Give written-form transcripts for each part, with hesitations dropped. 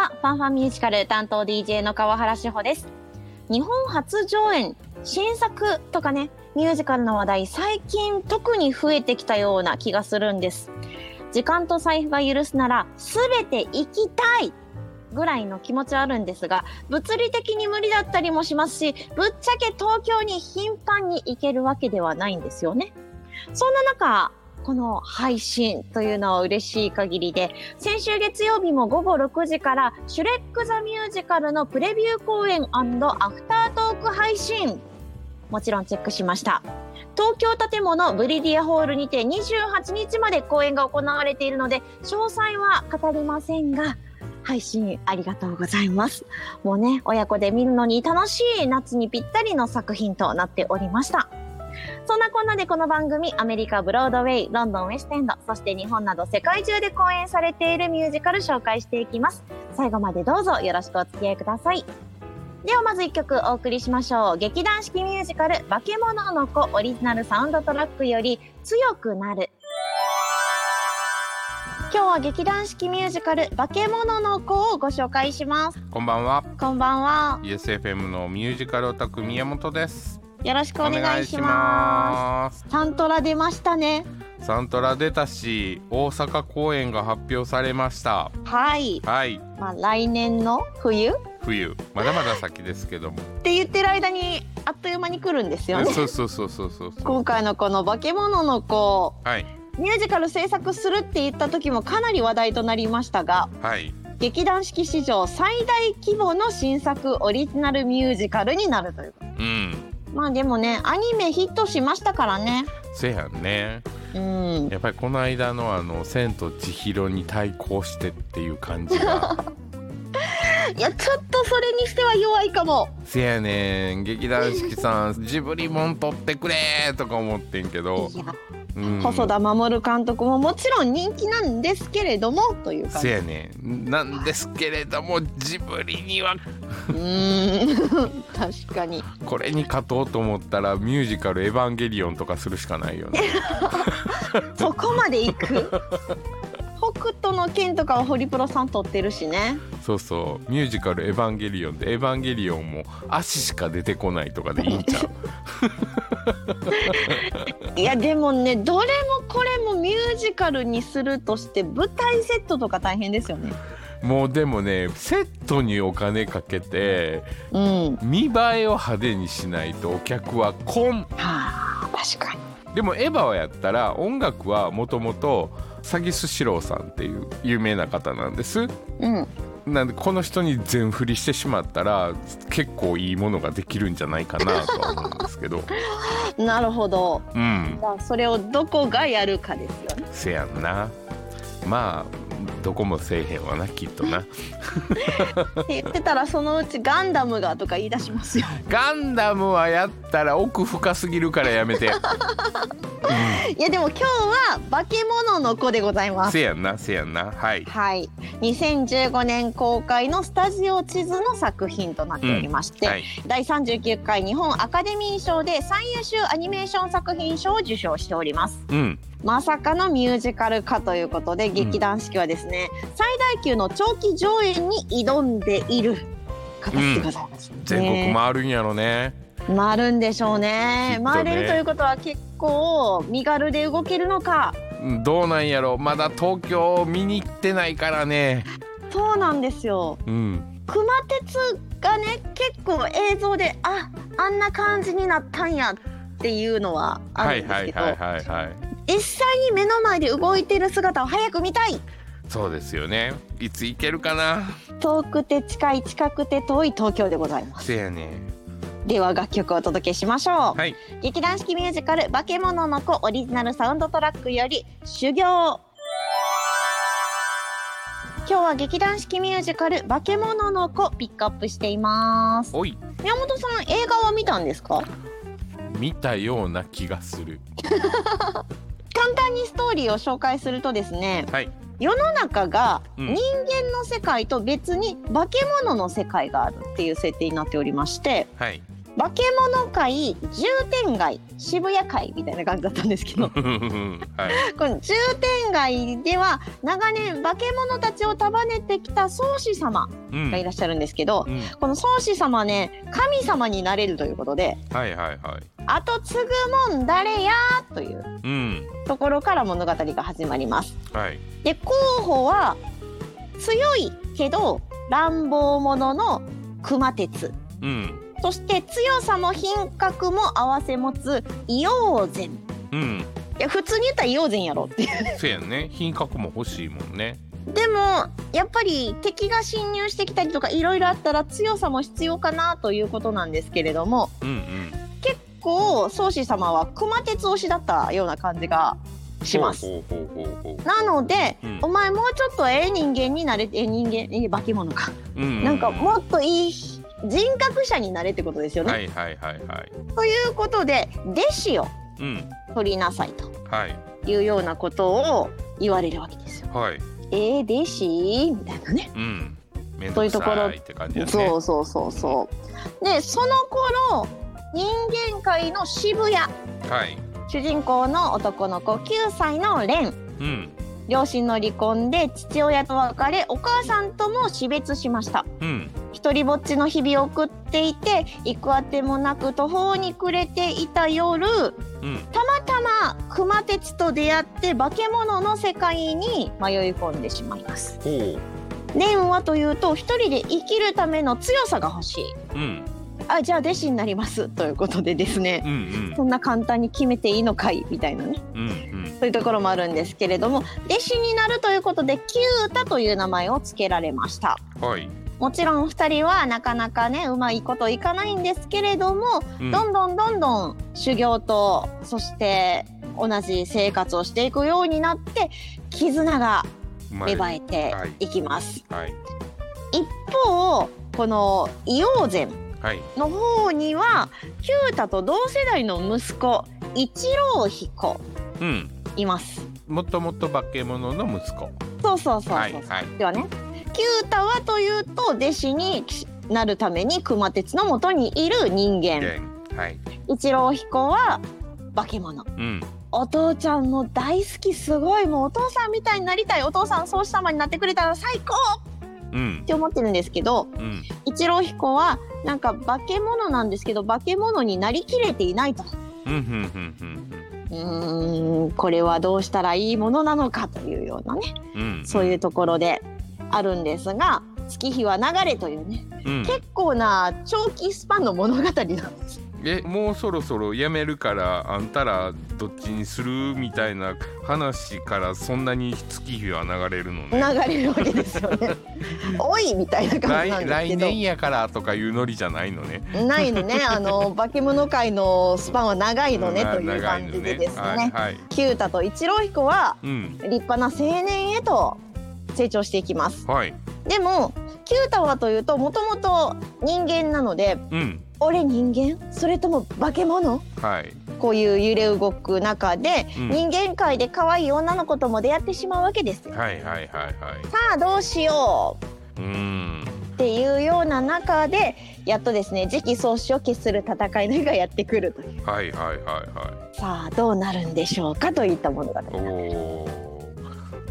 は。ファンファンミュージカル担当 DJ の川原志保です。日本初上演、新作とかね、ミュージカルの話題、最近特に増えてきたような気がするんです。時間と財布が許すなら全て行きたいぐらいの気持ちはあるんですが、物理的に無理だったりもしますし、ぶっちゃけ東京に頻繁に行けるわけではないんですよね。そんな中、この配信というのは嬉しい限りで、先週月曜日も午後6時からシュレック・ザ・ミュージカルのプレビュー公演&アフタートーク配信、もちろんチェックしました。東京建物ブリディアホールにて28日まで公演が行われているので、詳細は語りませんが、配信ありがとうございます。もうね、親子で見るのに楽しい夏にぴったりの作品となっておりました。そんなこんなでこの番組、アメリカブロードウェイ、ロンドンウェストエンド、そして日本など世界中で公演されているミュージカル紹介していきます。最後までどうぞよろしくお付き合いください。ではまず1曲お送りしましょう。劇団四季ミュージカル化け物の子オリジナルサウンドトラックより強くなる。今日は劇団四季ミュージカル化け物の子をご紹介します。 こんばんは。 こんばんは。 ESFM のミュージカルオタク宮本です。 よろしくお願いします。サントラ出ましたね。 サントラ出たし、大阪公演が発表されました。 はいはい、来年の冬まだまだ先ですけどもって言ってる間にあっという間に来るんですよね。 そう今回のこの化け物の子、 はい、 ミュージカル制作するって言った時もかなり話題となりましたが、 はい、 劇団四季史上最大規模の新作オリジナルミュージカルになるということ。まあでもね、アニメヒットしましたからね。 せやんね。やっぱりこの間の千と千尋に対抗してっていう感じがいや、ちょっとそれにしては弱いかも。 せやねん、劇団四季さんジブリもん撮ってくれとか思ってんけど、 いや、細田守監督ももちろん人気なんですけれどもという感じ。 せやねん、なんですけれどもジブリには確かにこれに勝とうと思ったらミュージカルエヴァンゲリオンとかするしかないよねそこまで行く北斗の拳とかはホリプロさん撮ってるしね。 そうそう、ミュージカルエヴァンゲリオンでエヴァンゲリオンも足しか出てこないとかでいいんちゃういやでもね、どれもこれもミュージカルにするとして舞台セットとか大変ですよね。 もうでもね、セットにお金かけて、見栄えを派手にしないとお客は来ん。 確かに。 でもエヴァはやったら音楽はもともとサギス四郎さんっていう有名な方なんです。なんでこの人に全振りしてしまったら結構いいものができるんじゃないかなとは思うんですけどなるほど、それをどこがやるかですよね。 せやんな。まあどこもせえへんわな、きっとなって言ってたらそのうちガンダムがとか言い出しますよ。 ガンダムはやったら奥深すぎるからやめていやでも今日は化け物の子でございます。 せやんな。はい、 2015年公開のスタジオ地図の作品となっておりまして、第39回日本アカデミー賞で最優秀アニメーション作品賞を受賞しております。まさかのミュージカル化ということで、劇団四季はですね、最大級の長期上演に挑んでいる形でございます、 全国回るんやろね。 回るんでしょうね。回れるということは結構身軽で動けるのか。 どうなんやろ、まだ東京見に行ってないからね。 そうなんですよ、熊鉄がね、結構映像であんな感じになったんやっていうのはあるんですけど、実際に目の前で動いてる姿を早く見たい。 そうですよね。いつ行けるかな。 遠くて近い、近くて遠い東京でございます。 せやね。 では楽曲をお届けしましょう、劇団四季ミュージカル化け物の子オリジナルサウンドトラックより修行。今日は劇団四季ミュージカル化け物の子ピックアップしています。宮本さん、映画は見たんですか？ 見たような気がする簡単にストーリーを紹介するとですね、世の中が人間の世界と別に化け物の世界があるっていう設定になっておりまして、 化け物会重点街渋谷会みたいな感じだったんですけど、はい、この重点街では長年化け物たちを束ねてきた宗師様がいらっしゃるんですけど、この宗師様ね、神様になれるということで、後継ぐもん誰やというところから物語が始まります。で、候補は強いけど乱暴者の熊徹、そして強さも品格も併せ持つ硫黄禅、いや普通に言ったら硫黄禅やろっていうそうやね、品格も欲しいもんね。 でもやっぱり敵が侵入してきたりとかいろいろあったら強さも必要かなということなんですけれども、結構宗師様は熊徹推しだったような感じがします。なので、お前もうちょっと人間になれて、化け物か、なんかもっといい人格者になれってことですよね。ということで弟子を取りなさいというようなことを言われるわけですよ。弟子みたいなね、そういうところって感じですね。そうで、その頃人間界の渋谷、主人公の男の子9歳の蓮、両親の離婚で父親と別れ、お母さんとも死別しました。一人ぼっちの日々を送っていて、行くあてもなく途方に暮れていた夜、たまたま熊徹と出会って化け物の世界に迷い込んでしまいます。蓮はというと、一人で生きるための強さが欲しい、じゃあ弟子になりますということでですね、そんな簡単に決めていいのかいみたいなね、そういうところもあるんですけれども、弟子になるということで九太という名前を付けられました。もちろん2人はなかなかねうまいこといかないんですけれども、どんどん修行と、そして同じ生活をしていくようになって絆が芽生えていきます。一方この硫黄禅の方には九太と同世代の息子一郎彦います。 もともと化け物の息子。 そうではね、九太はというと弟子になるために熊徹の元にいる人間、一郎彦は化け物、お父ちゃんの大好き、すごいもうお父さんみたいになりたい、お父さん宗師様になってくれたら最高って思ってるんですけど、一郎彦はなんか化け物なんですけど化け物になりきれていないと、これはどうしたらいいものなのかというようなね、そういうところであるんですが、月日は流れというね、結構な長期スパンの物語なんです。 もうそろそろやめるからあんたらどっちにするみたいな話からそんなに月日は流れるのね。 流れるわけですよねおいみたいな感じなんですけど、 来年やからとかいうノリじゃないのね。 ないのね、化け物界のスパンは長いのねという感じでですね、九太と一郎彦は立派な青年へと成長していきます。でも九太はというともともと人間なので、俺人間それとも化け物、こういう揺れ動く中で、人間界で可愛い女の子とも出会ってしまうわけですよ。さあどうしようっていうような中で、やっとですね次期宗師を決する戦いの日がやってくるという、さあどうなるんでしょうかといった物語なんです。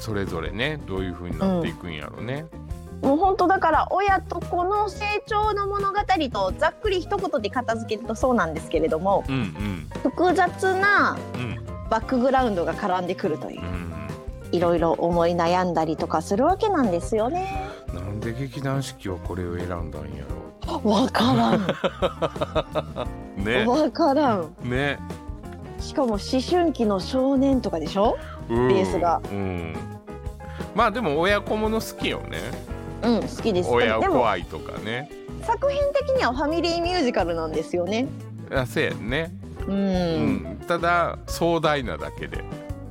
それぞれねどういう風になっていくんやろね。 もう本当だから親と子の成長の物語とざっくり一言で片付けるとそうなんですけれども、複雑なバックグラウンドが絡んでくるという、いろいろ思い悩んだりとかするわけなんですよね。 なんで劇団四季はこれを選んだんやろ。 わからんね、 わからんね。 しかも思春期の少年とかでしょ、ベースが。 まあでも親子もの好きよね。 好きです。 親子愛とかね。 作品的にはファミリーミュージカルなんですよね。 そうやね。ただ壮大なだけで。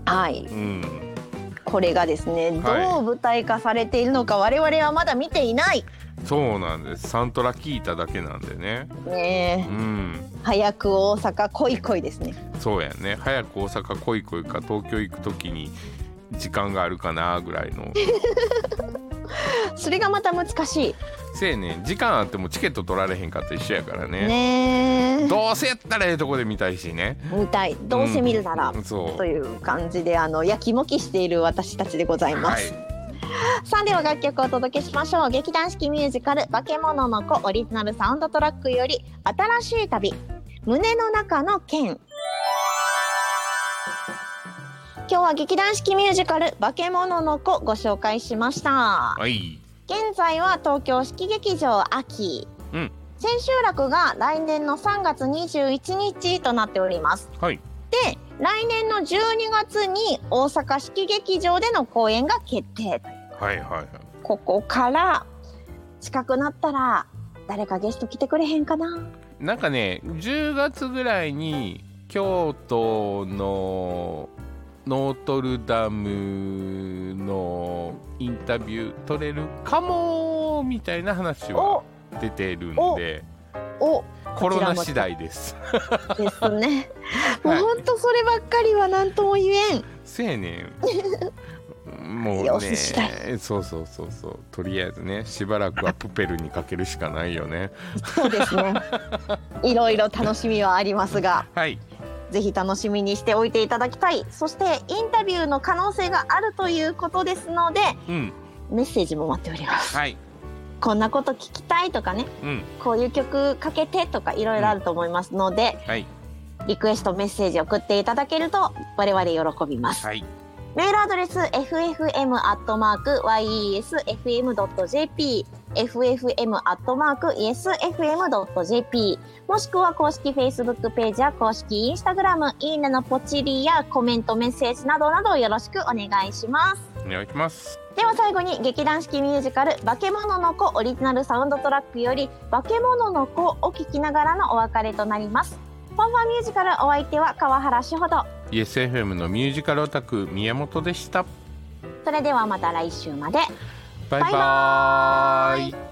これがですね、どう舞台化されているのか我々はまだ見ていない。 そうなんです。サントラ聞いただけなんでね。 早く大阪来い来いですね。 そうやね。早く大阪来い来いか東京行くときに時間があるかなぐらいのそれがまた難しい。 せやねん、時間あってもチケット取られへんかった一緒やからね。 ねえ、 どうせやったらええとこで見たいしね。 見たい、どうせ見るなら、 そうという感じでやきもきしている私たちでございます、さあでは楽曲をお届けしましょう。劇団四季ミュージカル化け物の子オリジナルサウンドトラックより新しい旅、胸の中の剣。今日は劇団四季ミュージカル化け物の子ご紹介しました。 はい、 現在は東京四季劇場秋、千秋楽が来年の3月21日となっております。 はい、 で来年の12月に大阪四季劇場での公演が決定。 はいはいはい、 ここから近くなったら誰かゲスト来てくれへんかな。 なんかね、10月ぐらいに京都のノートルダムのインタビュー取れるかもみたいな話は出てるんで、コロナ次第ですですねもうほんとそればっかりは何とも言えん。 せやねんもうね、そうとりあえずね、しばらくはプペルにかけるしかないよねそうですねいろいろ楽しみはありますが、 はい、 ぜひ楽しみにしておいていただきたい。そしてインタビューの可能性があるということですので、メッセージも待っております、はい、こんなこと聞きたいとかね、こういう曲かけてとかいろいろあると思いますので、はい、リクエストメッセージ送っていただけると我々喜びます、はい、メールアドレス ffm@yesfm.jp ffm@yesfm.jp もしくは公式 Facebook ページや公式 Instagram いいねのポチリやコメントメッセージなどなどよろしくお願いします。 お願いします。 では最後に劇団四季ミュージカル化け物の子オリジナルサウンドトラックより化け物の子を聴きながらのお別れとなります。ファンファンミュージカルお相手は川原志穂と YesFM のミュージカルオタク宮本でした。 それではまた来週まで。 バイバーイ。